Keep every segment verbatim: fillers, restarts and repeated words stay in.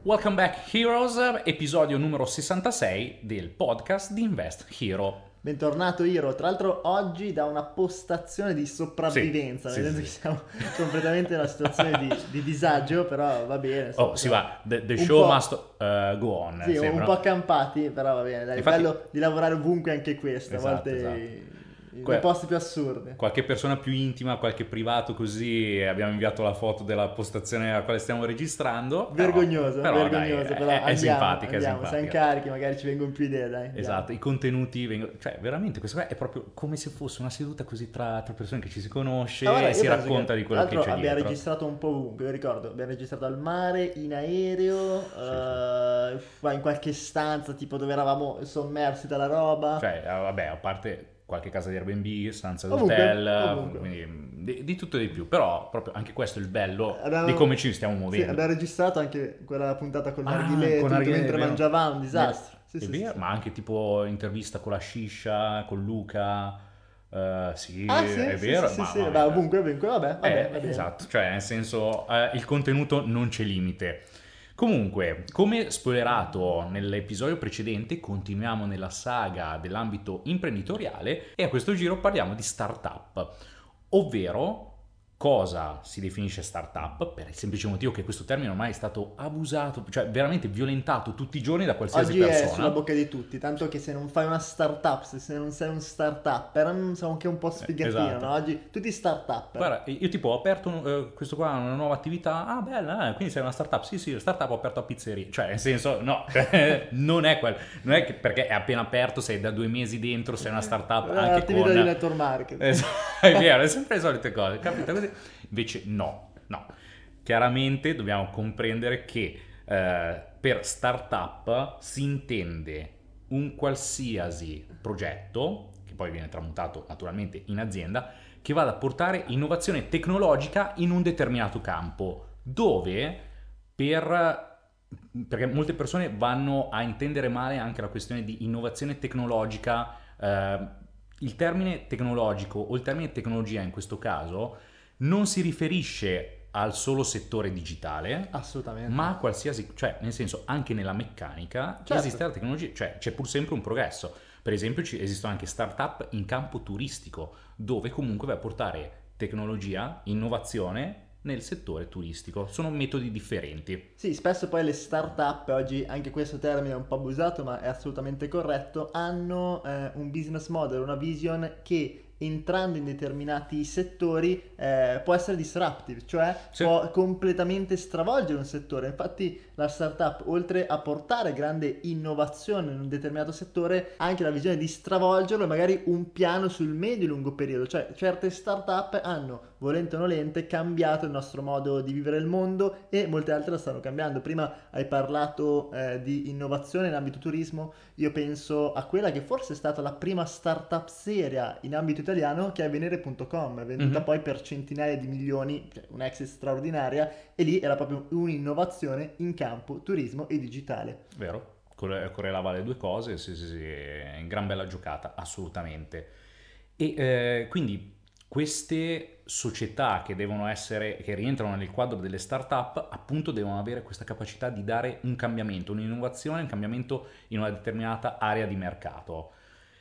Welcome back Heroes, episodio numero sessantasei del podcast di Invest Hero. Bentornato Hiro, tra l'altro oggi da una postazione di sopravvivenza, Sì, nel sì, senso sì. che siamo completamente in una situazione di, di disagio, però va bene. Oh, insomma, si va, the, the un show po'- must uh, go on, Sì, un sembra. po' accampati, però va bene, dai, Infatti- è bello di lavorare ovunque anche questo, a Esatto, volte esatto. nei Que- posti più assurdi. Qualche persona più intima, qualche privato così, abbiamo inviato la foto della postazione alla quale stiamo registrando. Però- Vergognoso, però, vergognoso, dai, però è, è andiamo, simpatica, andiamo, è siamo simpatica. carichi, magari ci vengono più idee, dai. andiamo. Esatto, i contenuti vengono... Cioè, veramente, questo qua è proprio come se fosse una seduta così tra, tra persone che ci si conosce Ah, guarda, e io si penso racconta che, di quello tra che l'altro c'è abbiamo dietro. registrato un po' ovunque, io ricordo, abbiamo registrato al mare, in aereo, eh, in qualche stanza tipo dove eravamo sommersi dalla roba. Cioè, eh, vabbè, a parte qualche casa di Airbnb, stanza Ovunque, d'hotel, ovunque. quindi mh, di, di tutto e di più. Però proprio anche questo è il bello Abbiamo- di come ci stiamo Sì, muovendo. abbiamo registrato anche quella puntata col Ah, narghilè e con tutto Arghe- mentre è vero. mangiavamo, un disastro. Sì, È sì, vero, sì. ma anche tipo intervista con la Sciscia, con Luca. eh, sì, Ah sì, è sì, sì, vero, sì, ma, sì, ma- beh, ovunque, ovunque, vabbè, vabbè, eh, va bene. esatto, cioè nel senso eh, il contenuto non c'è limite. Comunque, come spoilerato nell'episodio precedente, continuiamo nella saga dell'ambito imprenditoriale e a questo giro parliamo di startup, ovvero cosa si definisce startup, per il semplice motivo che questo termine ormai è stato abusato, cioè veramente violentato tutti i giorni da qualsiasi Oggi è persona. sulla bocca di tutti, tanto che se non fai una startup, se- se non sei un startupper, non so, anche un po' sfigatino, esatto. no? Oggi tutti startupper. Guarda, io tipo ho aperto eh, questo qua, una nuova attività, ah bella, eh, quindi sei una startup, sì sì, startup ho aperto a pizzeria, cioè nel senso no, non è quel, non è che perché è appena aperto, sei da due mesi dentro, sei una startup È anche un'attività con... di network marketing. Es- è vero, è sempre le solite cose, capita così? Invece no, no, chiaramente dobbiamo comprendere che eh, per startup si intende un qualsiasi progetto, che poi viene tramutato naturalmente in azienda, che vada a portare innovazione tecnologica in un determinato campo, dove per perché molte persone vanno a intendere male anche la questione di innovazione tecnologica, eh, il termine tecnologico o il termine tecnologia in questo caso non si riferisce al solo settore digitale, Assolutamente. ma a qualsiasi, cioè nel senso anche nella meccanica Certo. esiste la tecnologia, cioè c'è pur sempre un progresso. Per esempio ci esistono anche start-up in campo turistico, dove comunque vai a portare tecnologia, innovazione nel settore turistico. Sono metodi differenti. Sì, spesso poi le start-up, oggi anche questo termine è un po' abusato, ma è assolutamente corretto, hanno eh, un business model, una vision che entrando in determinati settori eh, può essere disruptive, cioè Sì. può completamente stravolgere un settore. Infatti la startup, oltre a portare grande innovazione in un determinato settore, ha anche la visione di stravolgerlo e magari un piano sul medio e lungo periodo. Cioè certe startup hanno, volente o nolente, cambiato il nostro modo di vivere il mondo e molte altre la stanno cambiando. Prima hai parlato eh, di innovazione in ambito turismo, io penso a quella che forse è stata la prima startup seria in ambito italiano, che è Venere punto com, venduta Mhm. poi per centinaia di milioni, cioè un'exit straordinaria, e lì era proprio un'innovazione in campo turismo e digitale. Vero? Corre- Correlava le due cose, sì, sì, sì, è in gran bella giocata, assolutamente. E eh, quindi queste società che devono essere, che rientrano nel quadro delle start-up, appunto devono avere questa capacità di dare un cambiamento, un'innovazione, un cambiamento in una determinata area di mercato.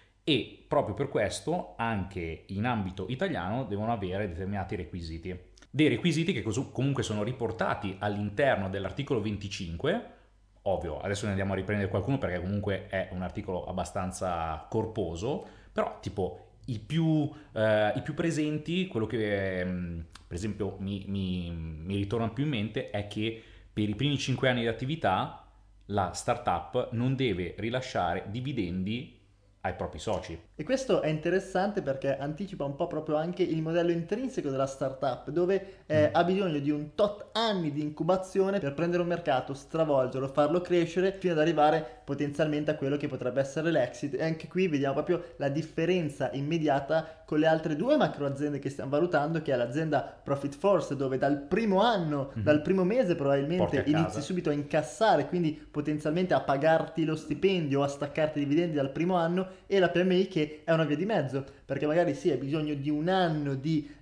E proprio per questo anche in ambito italiano devono avere determinati requisiti. Dei requisiti che cos- comunque sono riportati all'interno dell'articolo venticinque. Ovvio, adesso ne andiamo a riprendere qualcuno perché comunque è un articolo abbastanza corposo, però tipo i più, eh, i più presenti, quello che ehm, per esempio mi, mi, mi ritorna più in mente è che per i primi cinque anni di attività la startup non deve rilasciare dividendi ai propri soci. E questo è interessante perché anticipa un po' proprio anche il modello intrinseco della startup, dove eh, Mm. ha bisogno di un tot anni di incubazione per prendere un mercato, stravolgerlo, farlo crescere, fino ad arrivare potenzialmente a quello che potrebbe essere l'exit. E anche qui vediamo proprio la differenza immediata con le altre due macro aziende che stiamo valutando, che è l'azienda Profit Force, dove dal primo anno, Mhm. dal primo mese Porti probabilmente a casa. inizi subito a incassare, quindi potenzialmente a pagarti lo stipendio o a staccarti i dividendi dal primo anno, e la P M I che è una via di mezzo, perché magari sì, hai bisogno di un anno di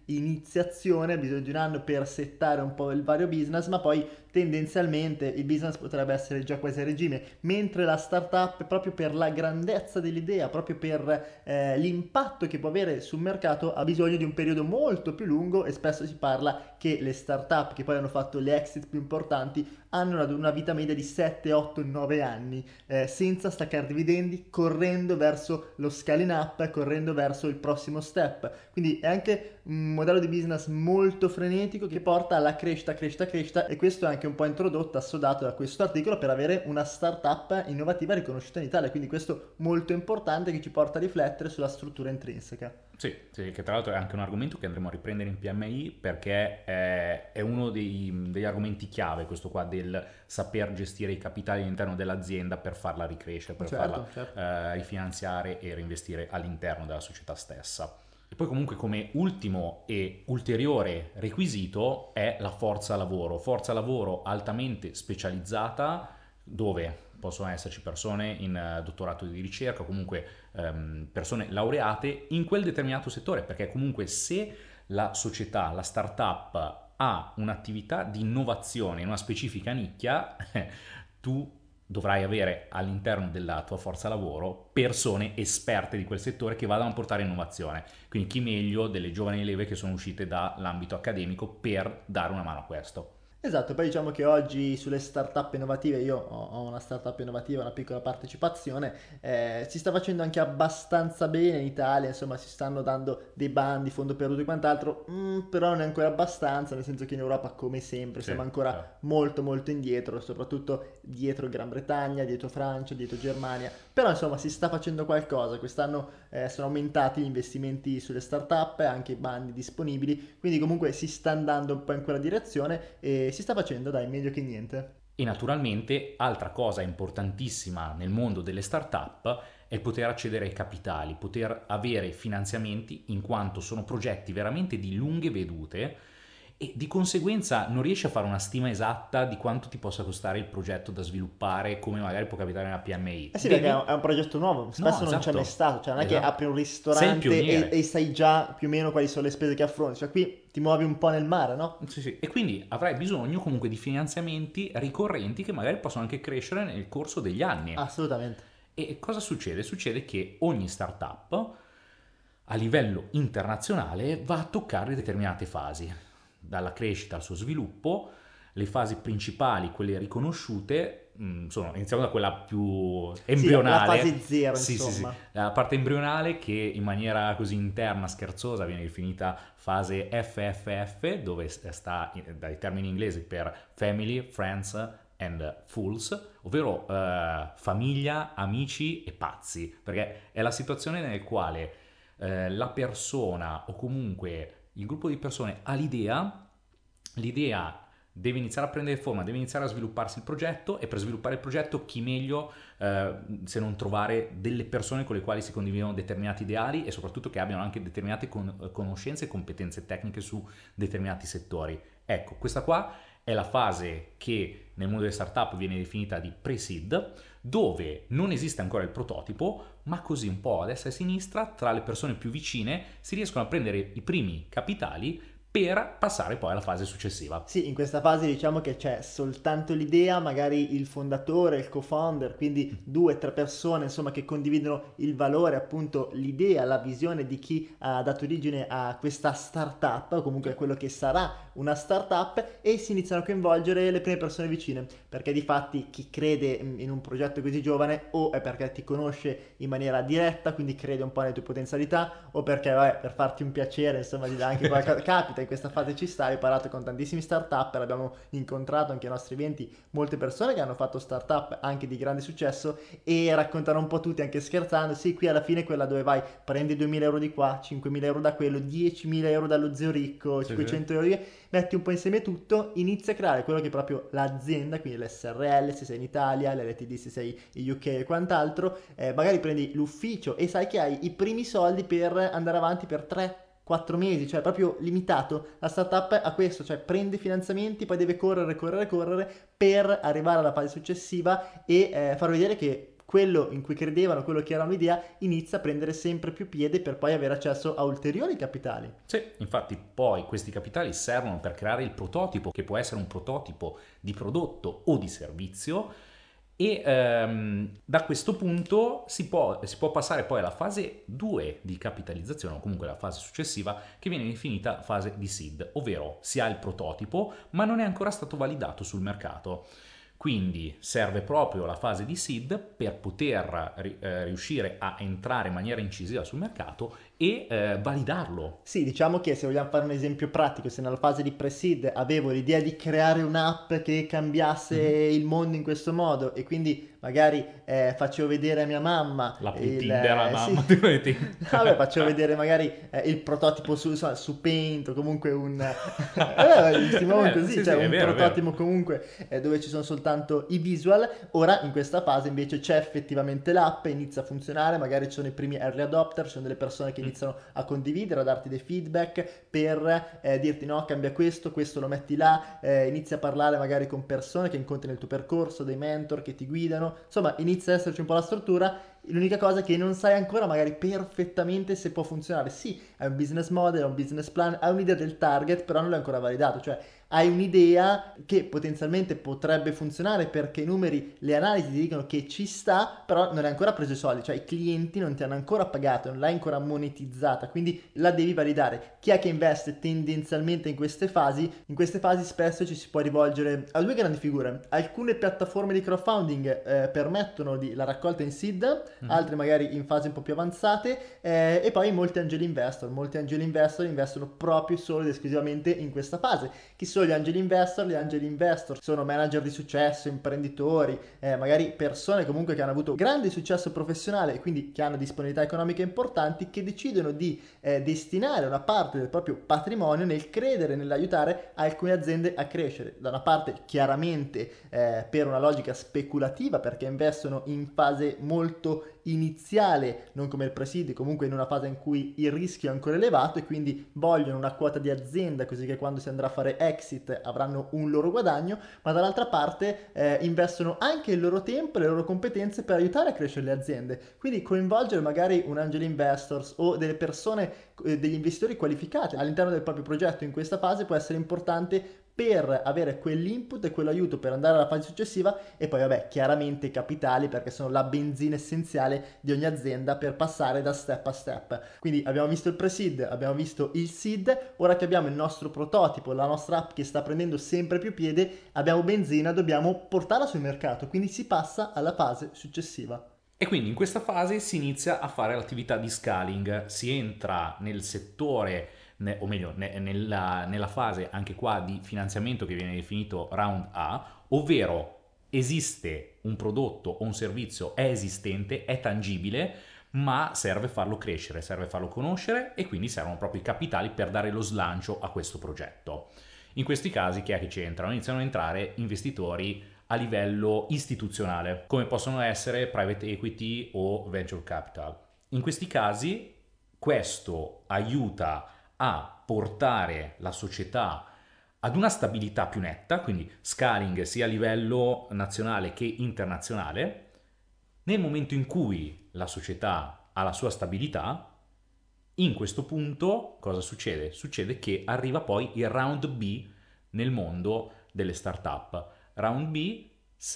iniziazione, hai bisogno di un anno per settare un po' il vario business, ma poi tendenzialmente il business potrebbe essere già quasi a regime, mentre la startup, proprio per la grandezza dell'idea, proprio per eh, l'impatto che può avere sul mercato, ha bisogno di un periodo molto più lungo, e spesso si parla che le startup che poi hanno fatto le exit più importanti hanno una, una vita media di sette, otto, nove anni, eh, senza staccare dividendi, correndo verso lo scaling up, correndo verso il prossimo step. Quindi è anche un modello di business molto frenetico che porta alla crescita, crescita, crescita, e questo è anche un po' introdotto, assodato da questo articolo, per avere una startup innovativa riconosciuta in Italia. Quindi questo molto importante, che ci porta a riflettere sulla struttura intrinseca. Sì, sì, che tra l'altro è anche un argomento che andremo a riprendere in P M I, perché è, è uno dei, degli argomenti chiave, questo qua del saper gestire i capitali all'interno dell'azienda per farla ricrescere, per Certo, farla certo. eh, rifinanziare e reinvestire all'interno della società stessa. E poi comunque come ultimo e ulteriore requisito è la forza lavoro, forza lavoro altamente specializzata, dove possono esserci persone in uh, dottorato di ricerca, comunque um, persone laureate in quel determinato settore, perché comunque se la società, la startup ha un'attività di innovazione in una specifica nicchia, tu dovrai avere all'interno della tua forza lavoro persone esperte di quel settore che vadano a portare innovazione. Quindi chi meglio delle giovani leve che sono uscite dall'ambito accademico per dare una mano a questo. Esatto, poi diciamo che oggi sulle startup innovative, io ho ho una startup innovativa, una piccola partecipazione, eh, si sta facendo anche abbastanza bene in Italia, insomma si stanno dando dei bandi, fondo perduto e quant'altro, mm, però non è ancora abbastanza, nel senso che in Europa, come sempre, Sì, siamo certo. ancora molto molto indietro, soprattutto dietro Gran Bretagna, dietro Francia, dietro Germania, però insomma si sta facendo qualcosa. Quest'anno eh, sono aumentati gli investimenti sulle startup, anche i bandi disponibili, quindi comunque si sta andando un po' in quella direzione e si sta facendo, dai, meglio che niente. E naturalmente, altra cosa importantissima nel mondo delle start-up è il poter accedere ai capitali, poter avere finanziamenti, in quanto sono progetti veramente di lunghe vedute e di conseguenza non riesci a fare una stima esatta di quanto ti possa costare il progetto da sviluppare, come magari può capitare nella P M I. Eh sì, perché è un Devi... è un progetto nuovo, No, spesso non c'è mai esatto, stato, cioè non è che esatto. apri un Sei il ristorante e, e pioniere. sai già più o meno quali sono le spese che affronti, cioè qui ti muovi un po' nel mare, no? Sì, sì. E quindi avrai bisogno comunque di finanziamenti ricorrenti che magari possono anche crescere nel corso degli anni. Assolutamente. E cosa succede? Succede che ogni startup a livello internazionale va a toccare determinate fasi, dalla crescita al suo sviluppo. Le fasi principali, quelle riconosciute, mh, sono iniziamo da quella più Sì, la, la embrionale. fase zero, Sì, sì, sì, insomma. la parte embrionale che in maniera così interna, scherzosa, viene definita fase F F F, dove sta dai termini inglesi per Family, Friends and Fools, ovvero eh, famiglia, amici e pazzi, perché è la situazione nel quale eh, la persona o comunque il gruppo di persone ha l'idea, l'idea deve iniziare a prendere forma, deve iniziare a svilupparsi il progetto, e per sviluppare il progetto chi meglio eh, se non trovare delle persone con le quali si condividono determinati ideali e soprattutto che abbiano anche determinate con- conoscenze e competenze tecniche su determinati settori. Ecco, questa qua è la fase che nel mondo delle startup viene definita di pre-seed, dove non esiste ancora il prototipo, ma così un po' a destra e a sinistra, tra le persone più vicine, si riescono a prendere i primi capitali per passare poi alla fase successiva. Sì, in questa fase diciamo che c'è soltanto l'idea, magari il fondatore, il co-founder, quindi due o tre persone insomma che condividono il valore, appunto l'idea, la visione di chi ha dato origine a questa startup, o comunque a quello che sarà una startup, e si iniziano a coinvolgere le prime persone vicine, perché di fatti chi crede in un progetto così giovane o è perché ti conosce in maniera diretta, quindi crede un po' nelle tue potenzialità, o perché vabbè, per farti un piacere, insomma, gli dà anche qualcosa. Capita, in questa fase ci sta, ho parlato con tantissimi startup, abbiamo incontrato anche ai nostri eventi molte persone che hanno fatto startup anche di grande successo e raccontano un po' tutti, anche scherzando, sì, qui alla fine è quella dove vai, prendi duemila euro di qua, cinquemila euro da quello, diecimila euro dallo zio ricco, Sì, cinquecento sì. euro di... metti un po' insieme tutto, inizi a creare quello che è proprio l'azienda, quindi l'S R L se sei in Italia, l'L T D se sei in U K e quant'altro, eh, magari prendi l'ufficio e sai che hai i primi soldi per andare avanti per tre quattro mesi, cioè proprio limitato. La startup ha questo, cioè prende finanziamenti, poi deve correre, correre, correre per arrivare alla fase successiva e eh, far vedere che quello in cui credevano, quello che era un'idea, inizia a prendere sempre più piede per poi avere accesso a ulteriori capitali. Sì, infatti poi questi capitali servono per creare il prototipo, che può essere un prototipo di prodotto o di servizio, e ehm, da questo punto si può, si può passare poi alla fase due di capitalizzazione, o comunque la fase successiva, che viene definita fase di seed, ovvero si ha il prototipo ma non è ancora stato validato sul mercato. Quindi serve proprio la fase di seed per poter eh, riuscire a entrare in maniera incisiva sul mercato e eh, validarlo. Sì, diciamo che se vogliamo fare un esempio pratico, se nella fase di pre-seed avevo l'idea di creare un'app che cambiasse Mhm. il mondo in questo modo e quindi magari eh, facevo vedere a mia mamma La più il... Tinder a eh, sì, mamma di quei vabbè, facevo vedere magari eh, il prototipo su, su, su Paint o comunque un... eh, si muovono Eh, così, sì, cioè sì, è un vero, è vero. prototipo comunque eh, dove ci sono soltanto i visual. Ora in questa fase invece c'è effettivamente l'app, inizia a funzionare, magari ci sono i primi early adopter, ci sono delle persone che Mm. iniziano a condividere, a darti dei feedback per eh, dirti no, cambia questo, questo lo metti là, eh, inizi a parlare magari con persone che incontri nel tuo percorso, dei mentor che ti guidano, insomma inizia ad esserci un po' la struttura. L'unica cosa è che non sai ancora magari perfettamente se può funzionare. Sì, è un business model, è un business plan, hai un'idea del target, però non l'hai ancora validato, cioè hai un'idea che potenzialmente potrebbe funzionare perché i numeri, le analisi ti dicono che ci sta, però non hai ancora preso i soldi, cioè i clienti non ti hanno ancora pagato, non l'hai ancora monetizzata, quindi la devi validare. Chi è che investe tendenzialmente in queste fasi? In queste fasi spesso ci si può rivolgere a due grandi figure. Alcune piattaforme di crowdfunding eh, permettono di, la raccolta in seed, Mhm. altre magari in fasi un po' più avanzate, eh, e poi molti angel investor. Molti angel investor investono proprio solo ed esclusivamente in questa fase. Chi sono gli angel investor? Gli angel investor sono manager di successo, imprenditori, eh, magari persone comunque che hanno avuto grande successo professionale e quindi che hanno disponibilità economiche importanti, che decidono di eh, destinare una parte del proprio patrimonio nel credere, nell'aiutare alcune aziende a crescere. Da una parte chiaramente eh, per una logica speculativa, perché investono in fase molto iniziale, non come il pre-seed, comunque in una fase in cui il rischio è ancora elevato e quindi vogliono una quota di azienda così che quando si andrà a fare exit avranno un loro guadagno, ma dall'altra parte eh, investono anche il loro tempo e le loro competenze per aiutare a crescere le aziende. Quindi coinvolgere magari un angel investors o delle persone, eh, degli investitori qualificati all'interno del proprio progetto in questa fase può essere importante per avere quell'input e quell'aiuto per andare alla fase successiva e poi vabbè chiaramente i capitali perché sono la benzina essenziale di ogni azienda per passare da step a step. Quindi abbiamo visto il pre-seed, abbiamo visto il seed, ora che abbiamo il nostro prototipo, la nostra app che sta prendendo sempre più piede, abbiamo benzina, dobbiamo portarla sul mercato, quindi si passa alla fase successiva. E quindi in questa fase si inizia a fare l'attività di scaling, si entra nel settore, ne- o meglio, ne- nella, nella fase anche qua di finanziamento che viene definito round A, ovvero esiste un prodotto o un servizio, è esistente, è tangibile, ma serve farlo crescere, serve farlo conoscere e quindi servono proprio i capitali per dare lo slancio a questo progetto. In questi casi chi è che ci entrano? Iniziano a entrare investitori a livello istituzionale, come possono essere private equity o venture capital. In questi casi questo aiuta a portare la società ad una stabilità più netta, quindi scaling sia a livello nazionale che internazionale. Nel momento in cui la società ha la sua stabilità, in questo punto cosa succede? Succede che arriva poi il round B nel mondo delle startup. Round B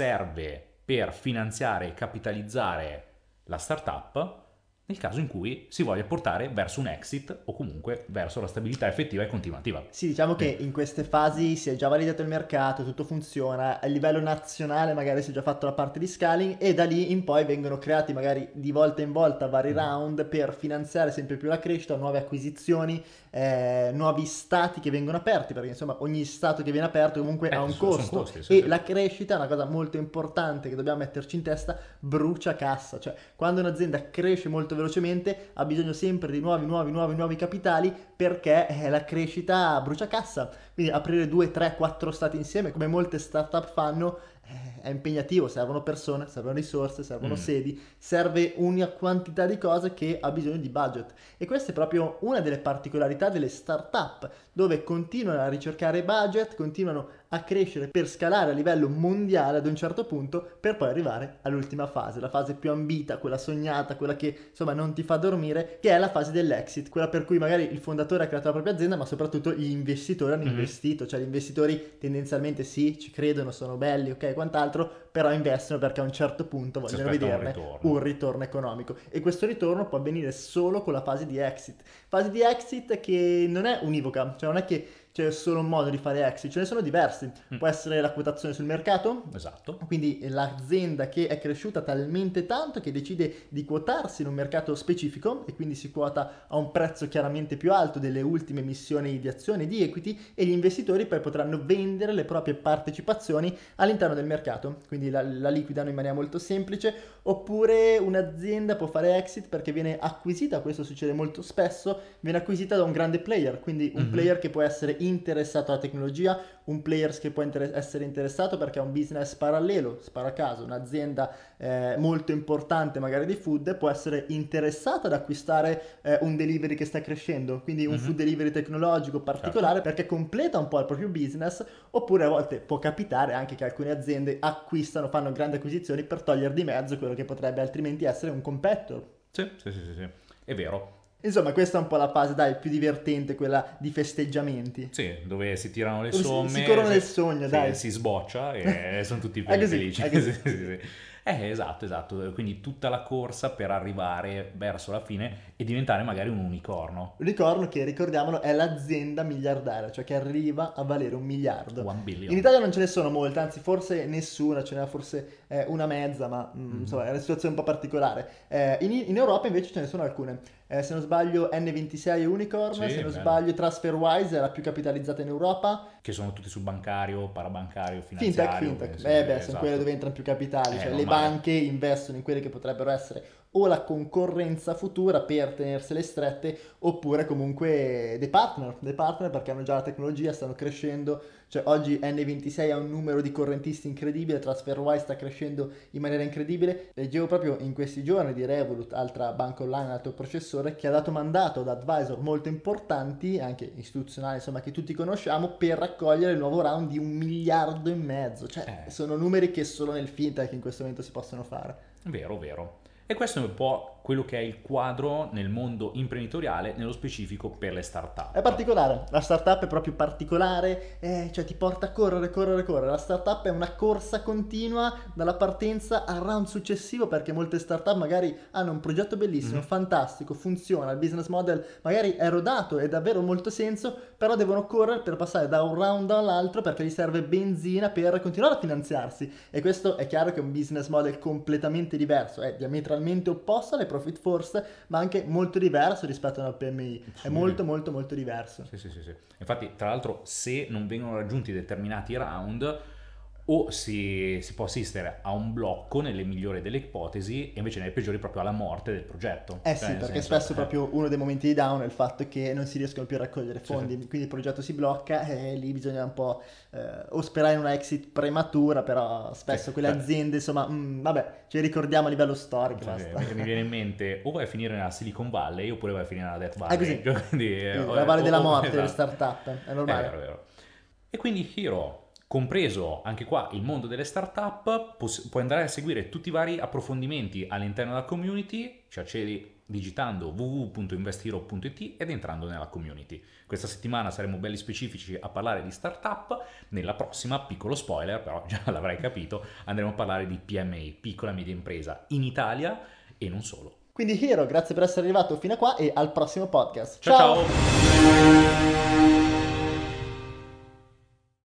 serve per finanziare e capitalizzare la startup nel caso in cui si voglia portare verso un exit o comunque verso la stabilità effettiva e continuativa. Sì, diciamo che Quindi, in queste fasi si è già validato il mercato, tutto funziona, a livello nazionale magari si è già fatto la parte di scaling e da lì in poi vengono creati magari di volta in volta vari mhm. round per finanziare sempre più la crescita, nuove acquisizioni, eh, nuovi stati che vengono aperti, perché insomma ogni stato che viene aperto comunque ha Eh, un sono costo costi, sì, e sì. la crescita è una cosa molto importante che dobbiamo metterci in testa, brucia cassa, cioè quando un'azienda cresce molto velocemente ha bisogno sempre di nuovi, nuovi, nuovi, nuovi capitali perché eh, la crescita brucia cassa. Quindi aprire due, tre, quattro stati insieme, come molte startup fanno, eh, è impegnativo, servono persone, servono risorse, servono Mm. sedi, serve una quantità di cose che ha bisogno di budget. E questa è proprio una delle particolarità delle startup, dove continuano a ricercare budget, continuano a crescere per scalare a livello mondiale ad un certo punto, per poi arrivare all'ultima fase, la fase più ambita, quella sognata, quella che insomma non ti fa dormire, che è la fase dell'exit, quella per cui magari il fondatore ha creato la propria azienda, ma soprattutto gli investitori hanno Mhm. investito, cioè gli investitori tendenzialmente sì, ci credono, sono belli, ok, quant'altro, però investono perché a un certo punto Si vogliono aspetta un vederne ritorno. un ritorno economico, e questo ritorno può avvenire solo con la fase di exit. Fase di exit che non è univoca, cioè non è che c'è solo un modo di fare exit, ce ne sono diversi. Mm. Può essere la quotazione sul mercato, Esatto. quindi l'azienda che è cresciuta talmente tanto che decide di quotarsi in un mercato specifico e quindi si quota a un prezzo chiaramente più alto delle ultime emissioni di azioni di equity, e gli investitori poi potranno vendere le proprie partecipazioni all'interno del mercato, quindi la, la liquidano in maniera molto semplice. Oppure un'azienda può fare exit perché viene acquisita, questo succede molto spesso, viene acquisita da un grande player, quindi un Mhm. player che può essere interessato alla tecnologia, un player che può inter- essere interessato perché ha un business parallelo, spara a caso, un'azienda eh, molto importante magari di food può essere interessata ad acquistare eh, un delivery che sta crescendo, quindi un Mhm. food delivery tecnologico particolare perché completa un po' il proprio business. Oppure a volte può capitare anche che alcune aziende acquistano, fanno grandi acquisizioni per togliere di mezzo quello che potrebbe altrimenti essere un competitor. Sì, sì, sì, sì, sì. È vero. Insomma, questa è un po' la fase, dai, più divertente, quella di festeggiamenti. Sì, dove si tirano le Dove si- somme, si corrono si- nel sogno, sì, dai. si sboccia e sono tutti È belli così, felici. è così. Sì, sì, sì. Eh, esatto, esatto. Quindi tutta la corsa per arrivare verso la fine e diventare magari un unicorno. Ricordo che, ricordiamolo, è l'azienda miliardaria, cioè che arriva a valere un miliardo. One billion. In Italia non ce ne sono molte, anzi forse nessuna, ce n'è forse eh, una mezza, ma mm, Mhm. insomma è una situazione un po' particolare. Eh, in, in Europa invece ce ne sono alcune. Eh, se non sbaglio N ventisei è Unicorn, Sì, se non bello. sbaglio TransferWise è la più capitalizzata in Europa. Che sono tutti sul bancario, parabancario, Fintech, finanziario. fintech, eh, sì, eh sì, beh, sono esatto. quelle dove entrano più capitali, Eh, cioè le normale. banche investono in quelle che potrebbero essere o la concorrenza futura per tenersele strette, oppure comunque dei partner, dei partner perché hanno già la tecnologia, stanno crescendo, cioè oggi N ventisei ha un numero di correntisti incredibile, TransferWise sta crescendo in maniera incredibile. Leggevo proprio in questi giorni di Revolut, altra banca online, altro processore, che ha dato mandato ad advisor molto importanti, anche istituzionali, insomma, che tutti conosciamo, per raccogliere il nuovo round di un miliardo e mezzo, cioè Eh. sono numeri che solo nel fintech in questo momento si possono fare. Vero, vero. E questo è un po' quello che è il quadro nel mondo imprenditoriale, nello specifico per le startup. È particolare, la startup è proprio particolare, eh, cioè ti porta a correre, correre, correre. La startup è una corsa continua dalla partenza al round successivo, perché molte startup magari hanno un progetto bellissimo, Mhm. fantastico, funziona, il business model magari è rodato e davvero molto senso, però devono correre per passare da un round all'altro perché gli serve benzina per continuare a finanziarsi. E questo è chiaro che è un business model completamente diverso, è diametralmente opposto alle profit force, ma anche molto diverso rispetto a una P M I. È Sì. molto molto molto diverso. Sì, sì, sì, sì. Infatti, tra l'altro, se non vengono raggiunti determinati round, o si, si può assistere a un blocco nelle migliori delle ipotesi, e invece nelle peggiori proprio alla morte del progetto. Eh Cioè, sì, nel perché senso, spesso eh, proprio uno dei momenti di down è il fatto che non si riescono più a raccogliere Sì, fondi, sì. quindi il progetto si blocca e lì bisogna un po' eh, o sperare in una exit prematura, però spesso Sì, quelle beh. aziende, insomma, mm, vabbè, ci ricordiamo a livello storico, Cioè, basta. mi viene in mente o vai a finire nella Silicon Valley oppure vai a finire nella Death Valley. È così. Quindi, eh, Quindi, o- la valle o- della o- morte delle esatto. startup, è È normale. vero, è vero. E quindi Hero, compreso anche qua il mondo delle startup, può, puoi andare a seguire tutti i vari approfondimenti all'interno della community, ci accedi digitando w w w punto investhero punto i t ed entrando nella community. Questa settimana saremo belli specifici a parlare di startup, nella prossima, piccolo spoiler, però già l'avrai capito, andremo a parlare di P M I, piccola e media impresa, in Italia e non solo. Quindi Hero, grazie per essere arrivato fino a qua e al prossimo podcast. Ciao ciao!